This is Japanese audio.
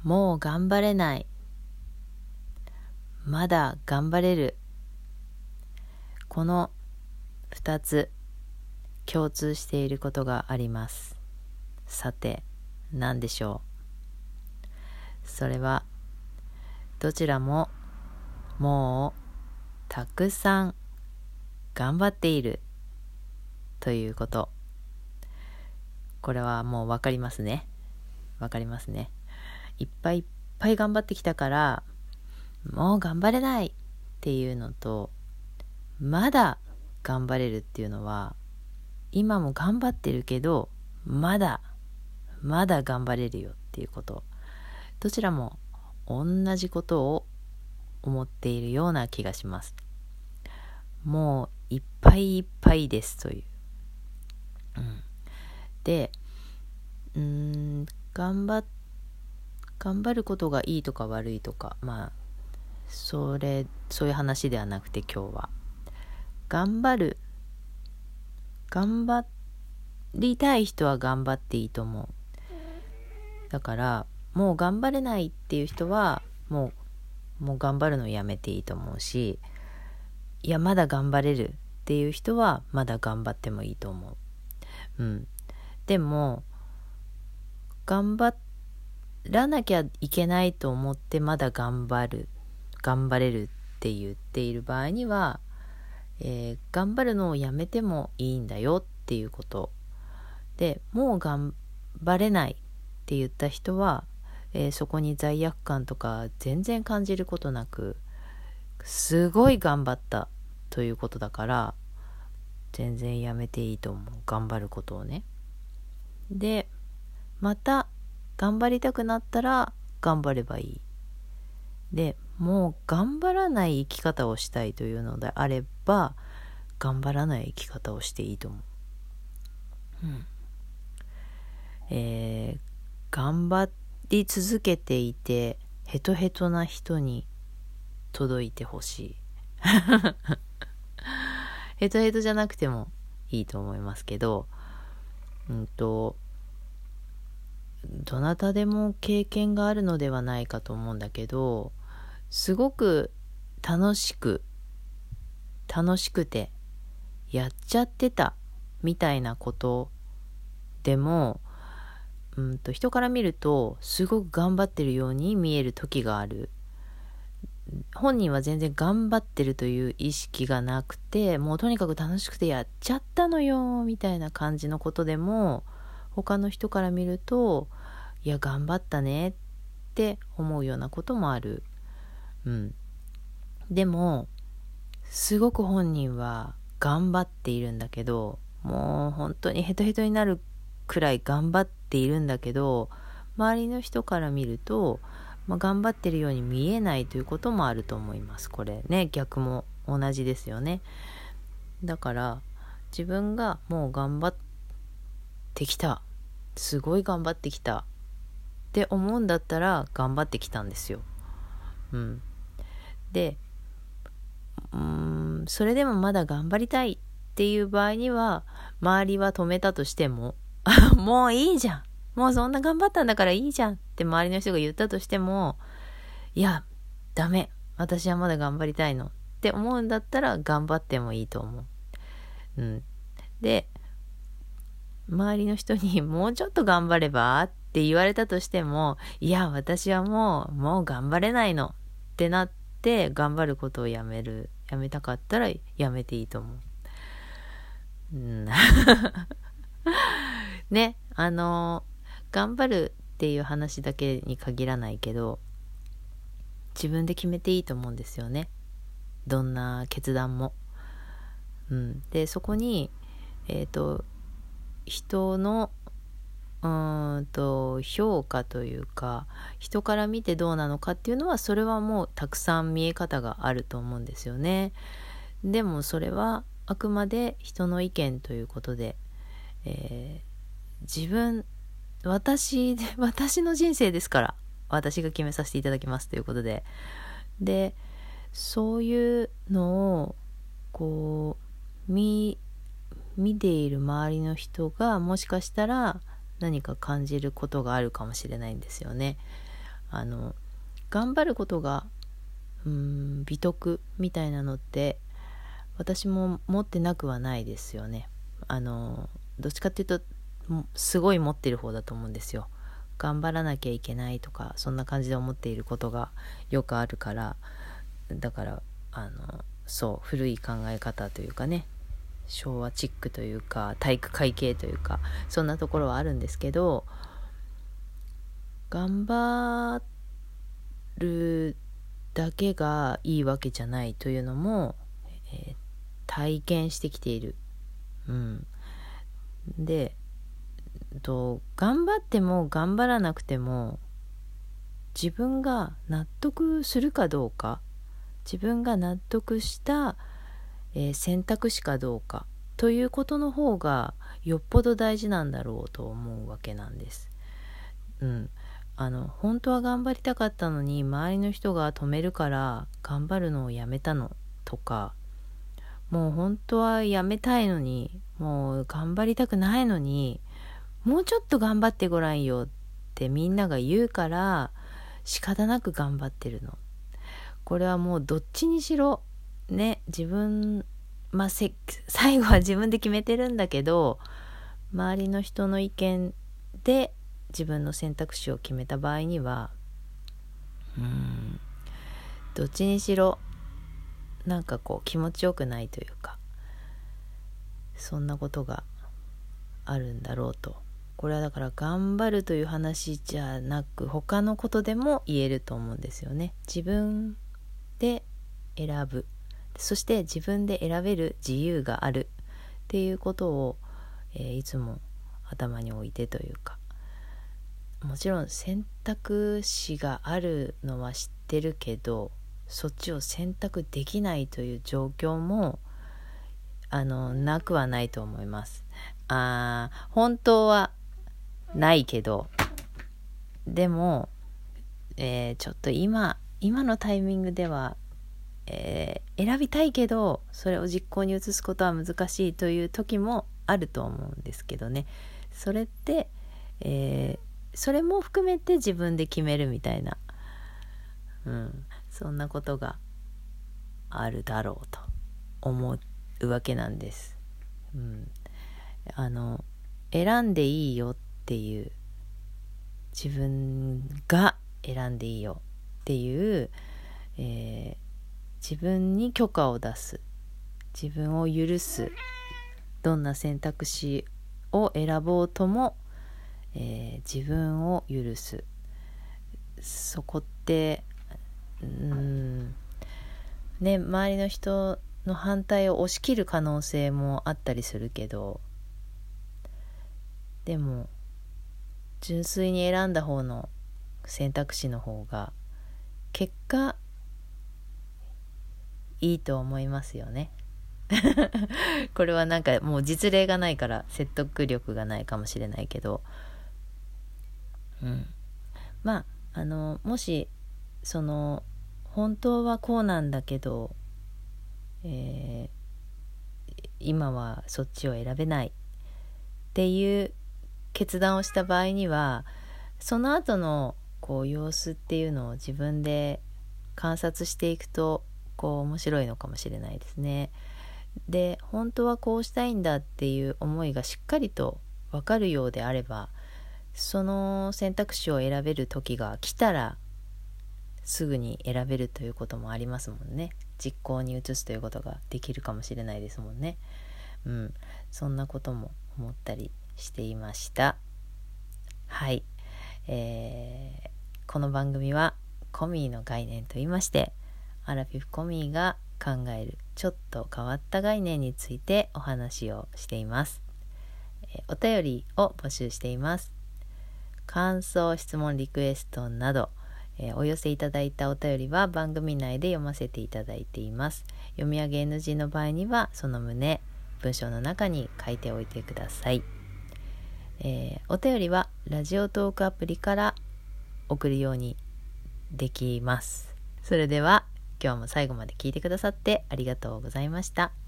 もう頑張れない、まだ頑張れる。この2つ共通していることがあります。さて何でしょう。それはどちらももうたくさん頑張っているということ。これはもうわかりますね。わかりますね。いっぱいいっぱい頑張ってきたからもう頑張れないっていうのと、まだ頑張れるっていうのは、今も頑張ってるけどまだ頑張れるよっていうこと。どちらも同じことを思っているような気がします。もういっぱいいっぱいですという、で頑張ることがいいとか悪いとか、そういう話ではなくて、今日は頑張りたい人は頑張っていいと思う。だからもう頑張れないっていう人はもう頑張るのをやめていいと思うし、いやまだ頑張れるっていう人はまだ頑張ってもいいと思う。でも頑張らなきゃいけないと思ってまだ頑張れるって言っている場合には、頑張るのをやめてもいいんだよっていうことで、もう頑張れないって言った人は、そこに罪悪感とか全然感じることなく、すごい頑張ったということだから、全然やめていいと思う。頑張ることをね。でまた頑張りたくなったら頑張ればいい。でもう頑張らない生き方をしたいというのであれば、頑張らない生き方をしていいと思う。頑張り続けていてヘトヘトな人に届いてほしい。ヘトヘトじゃなくてもいいと思いますけど、どなたでも経験があるのではないかと思うんだけど、すごく楽しくてやっちゃってたみたいなことでも、人から見るとすごく頑張ってるように見える時がある。本人は全然頑張ってるという意識がなくて、もうとにかく楽しくてやっちゃったのよみたいな感じのことでも、他の人から見るといや頑張ったねって思うようなこともある。でもすごく本人は頑張っているんだけど、もう本当にヘトヘトになるくらい頑張っているんだけど、周りの人から見ると、頑張ってるように見えないということもあると思います。これね、逆も同じですよね。だから自分がもう頑張ってきた、すごい頑張ってきたって思うんだったら頑張ってきたんですよ。でそれでもまだ頑張りたいっていう場合には、周りは止めたとしてももういいじゃん、もうそんな頑張ったんだからいいじゃんって周りの人が言ったとしても、いやダメ、私はまだ頑張りたいのって思うんだったら頑張ってもいいと思う。で周りの人にもうちょっと頑張ればって言われたとしても、いや私はもう頑張れないのってなって、頑張ることをやめたかったらやめていいと思う。ね、頑張るっていう話だけに限らないけど、自分で決めていいと思うんですよね、どんな決断も。でそこに人の評価というか、人から見てどうなのかっていうのは、それはもうたくさん見え方があると思うんですよね。でもそれはあくまで人の意見ということで、私の人生ですから、私が決めさせていただきますということで、そういうのをこう見ている周りの人がもしかしたら何か感じることがあるかもしれないんですよね。 頑張ることが美徳みたいなのって私も持ってなくはないですよね。どっちかっていうとすごい持ってる方だと思うんですよ。頑張らなきゃいけないとかそんな感じで思っていることがよくあるから、だからそう古い考え方というかね、昭和チックというか体育会系というかそんなところはあるんですけど、頑張るだけがいいわけじゃないというのも、体験してきている。で頑張っても頑張らなくても自分が納得するかどうか、自分が納得した、選択肢かどうかということの方がよっぽど大事なんだろうと思うわけなんです。本当は頑張りたかったのに周りの人が止めるから頑張るのをやめたのとか、もう本当はやめたいのにもう頑張りたくないのにもうちょっと頑張ってごらんよってみんなが言うから仕方なく頑張ってるの。これはもうどっちにしろね、自分最後は自分で決めてるんだけど、周りの人の意見で自分の選択肢を決めた場合にはどっちにしろなんか気持ちよくないというか、そんなことがあるんだろうと。これはだから頑張るという話じゃなく他のことでも言えると思うんですよね。自分で選ぶ、そして自分で選べる自由があるっていうことを、いつも頭に置いてというか、もちろん選択肢があるのは知ってるけどそっちを選択できないという状況もなくはないと思います。本当はないけど、でも、ちょっと今のタイミングでは、選びたいけどそれを実行に移すことは難しいという時もあると思うんですけどね。それって、それも含めて自分で決めるみたいな、そんなことがあるだろうと思うわけなんです。選んでいいよっていう、自分が選んでいいよっていう、自分に許可を出す、自分を許す、どんな選択肢を選ぼうとも、自分を許す、そこってね、周りの人の反対を押し切る可能性もあったりするけど、でも純粋に選んだ方の選択肢の方が結果いいと思いますよね。これはなんかもう実例がないから説得力がないかもしれないけど、もし本当はこうなんだけど、今はそっちを選べないっていう決断をした場合には、その後の様子っていうのを自分で観察していくと面白いのかもしれないですね。で、本当はこうしたいんだっていう思いがしっかりと分かるようであれば、その選択肢を選べる時が来たらすぐに選べるということもありますもんね。実行に移すということができるかもしれないですもんね。そんなことも思ったりしていました。はい、この番組はコミーの概念と言いまして、アラフィフコミーが考えるちょっと変わった概念についてお話をしています。お便りを募集しています。感想、質問、リクエストなど、お寄せいただいたお便りは番組内で読ませていただいています。読み上げ NG の場合にはその旨文章の中に書いておいてください。お便りはラジオトークアプリから送るようにできます。それでは今日も最後まで聞いてくださってありがとうございました。